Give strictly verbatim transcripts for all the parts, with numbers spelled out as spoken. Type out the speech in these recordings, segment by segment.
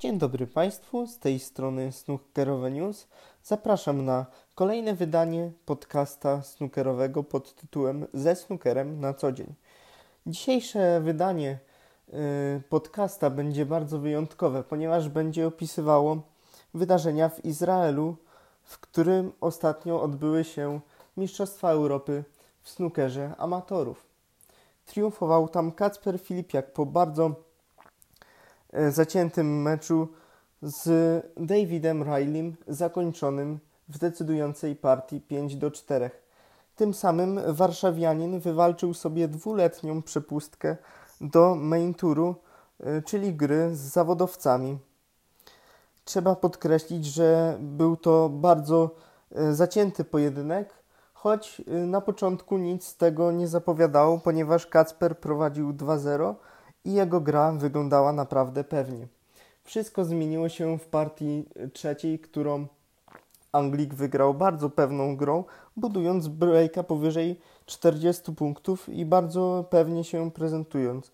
Dzień dobry Państwu, z tej strony Snookerowe News. Zapraszam na kolejne wydanie podcasta snookerowego pod tytułem Ze snookerem na co dzień. Dzisiejsze wydanie y, podcasta będzie bardzo wyjątkowe, ponieważ będzie opisywało wydarzenia w Izraelu, w którym ostatnio odbyły się Mistrzostwa Europy w snookerze amatorów. Triumfował tam Kacper Filipiak po bardzo zaciętym meczu z Davidem Rileym, zakończonym w decydującej partii pięć do czterech. Tym samym warszawianin wywalczył sobie dwuletnią przepustkę do main touru, czyli gry z zawodowcami. Trzeba podkreślić, że był to bardzo zacięty pojedynek, choć na początku nic z tego nie zapowiadało, ponieważ Kacper prowadził dwa zero i jego gra wyglądała naprawdę pewnie. Wszystko zmieniło się w partii trzeciej, którą Anglik wygrał bardzo pewną grą, budując breaka powyżej czterdziestu punktów i bardzo pewnie się prezentując.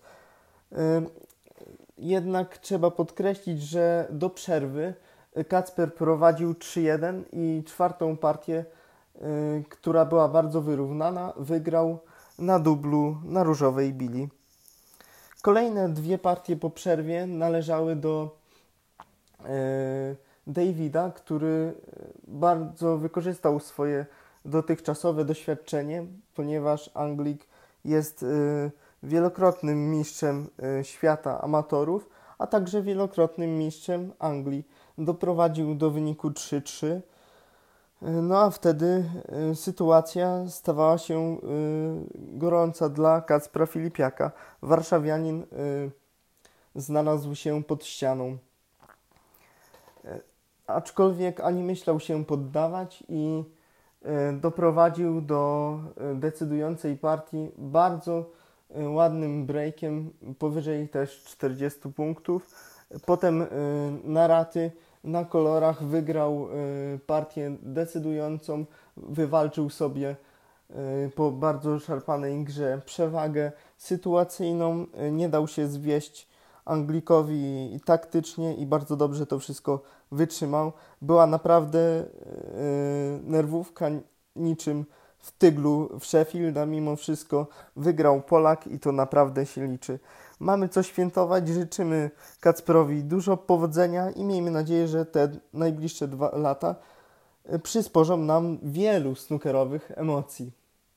Jednak trzeba podkreślić, że do przerwy Kacper prowadził trzy jeden i czwartą partię, która była bardzo wyrównana, wygrał na dublu na różowej bili. Kolejne dwie partie po przerwie należały do e, Davida, który bardzo wykorzystał swoje dotychczasowe doświadczenie, ponieważ Anglik jest e, wielokrotnym mistrzem e, świata amatorów, a także wielokrotnym mistrzem Anglii. Doprowadził do wyniku trzy trzy. No a wtedy y, sytuacja stawała się y, gorąca dla Kacpra Filipiaka. Warszawianin y, znalazł się pod ścianą. Y, aczkolwiek ani myślał się poddawać i y, doprowadził do y, decydującej partii bardzo y, ładnym breakiem powyżej też czterdziestu punktów. Potem y, na raty na kolorach wygrał y, partię decydującą, wywalczył sobie y, po bardzo szarpanej grze przewagę sytuacyjną, y, nie dał się zwieść Anglikowi taktycznie i bardzo dobrze to wszystko wytrzymał. Była naprawdę y, nerwówka niczym w tyglu w Sheffield, a mimo wszystko wygrał Polak i to naprawdę się liczy. Mamy co świętować, życzymy Kacperowi dużo powodzenia i miejmy nadzieję, że te najbliższe dwa lata przysporzą nam wielu snookerowych emocji.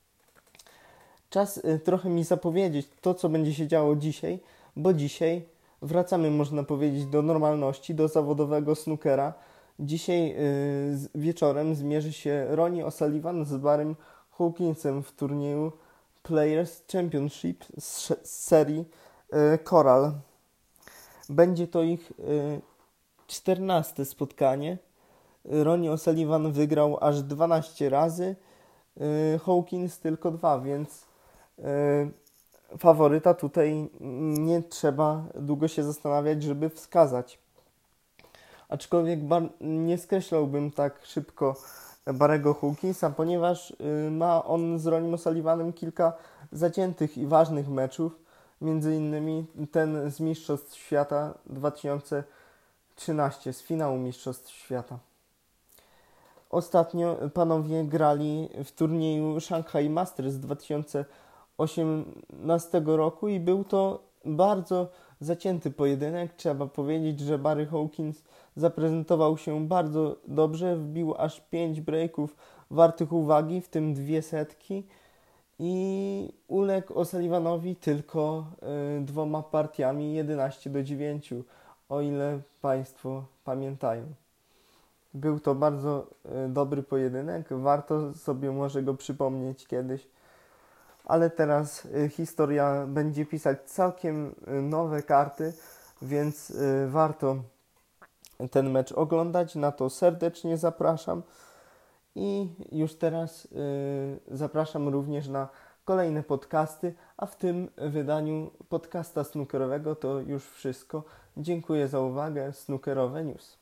Czas trochę mi zapowiedzieć to, co będzie się działo dzisiaj, bo dzisiaj wracamy, można powiedzieć, do normalności, do zawodowego snookera. Dzisiaj yy, wieczorem zmierzy się Ronnie O'Sullivan z Barrym Hawkinsem w turnieju Players Championship z serii yy, Coral. Będzie to ich yy, czternaste spotkanie. Ronnie O'Sullivan wygrał aż dwanaście razy, yy, Hawkins tylko dwa, więc yy, faworyta tutaj nie trzeba długo się zastanawiać, żeby wskazać. Aczkolwiek bar- nie skreślałbym tak szybko Barrego Hawkinsa, ponieważ y, ma on z Ronnie O'Sullivanem kilka zaciętych i ważnych meczów, między innymi ten z Mistrzostw Świata dwa tysiące trzynaście, z finału Mistrzostw Świata. Ostatnio panowie grali w turnieju Shanghai Masters z dwa tysiące osiemnastego roku i był to bardzo zacięty pojedynek. Trzeba powiedzieć, że Barry Hawkins zaprezentował się bardzo dobrze, wbił aż pięć breaków wartych uwagi, w tym dwie setki i uległ O'Sullivanowi tylko y, dwoma partiami jedenaście do dziewięciu, o ile Państwo pamiętają. Był to bardzo y, dobry pojedynek, warto sobie może go przypomnieć kiedyś, ale teraz y, historia będzie pisać całkiem y, nowe karty, więc y, warto ten mecz oglądać, na to serdecznie zapraszam i już teraz y, zapraszam również na kolejne podcasty, a w tym wydaniu podcasta snookerowego to już wszystko. Dziękuję za uwagę. Snookerowe News.